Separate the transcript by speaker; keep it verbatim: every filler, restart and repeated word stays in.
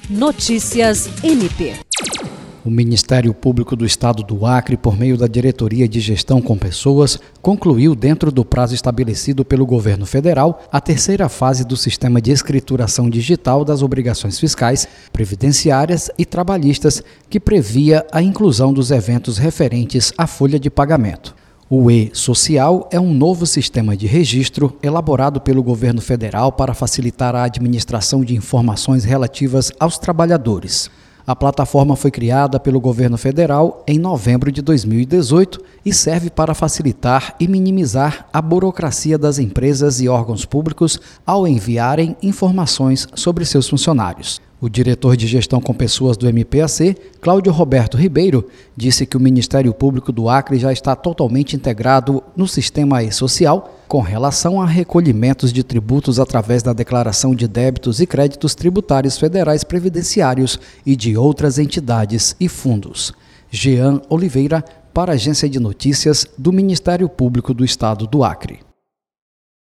Speaker 1: Notícias M P.
Speaker 2: O Ministério Público do Estado do Acre, por meio da Diretoria de Gestão com Pessoas, concluiu, dentro do prazo estabelecido pelo governo federal, a terceira fase do sistema de escrituração digital das obrigações fiscais, previdenciárias e trabalhistas, que previa a inclusão dos eventos referentes à folha de pagamento. O E-Social é um novo sistema de registro elaborado pelo governo federal para facilitar a administração de informações relativas aos trabalhadores. A plataforma foi criada pelo governo federal em novembro de dois mil e dezoito e serve para facilitar e minimizar a burocracia das empresas e órgãos públicos ao enviarem informações sobre seus funcionários. O diretor de Gestão com Pessoas do M P A C, Cláudio Roberto Ribeiro, disse que o Ministério Público do Acre já está totalmente integrado no sistema E-Social com relação a recolhimentos de tributos através da declaração de débitos e créditos tributários federais previdenciários e de outras entidades e fundos. Jean Oliveira, para a Agência de Notícias do Ministério Público do Estado do Acre.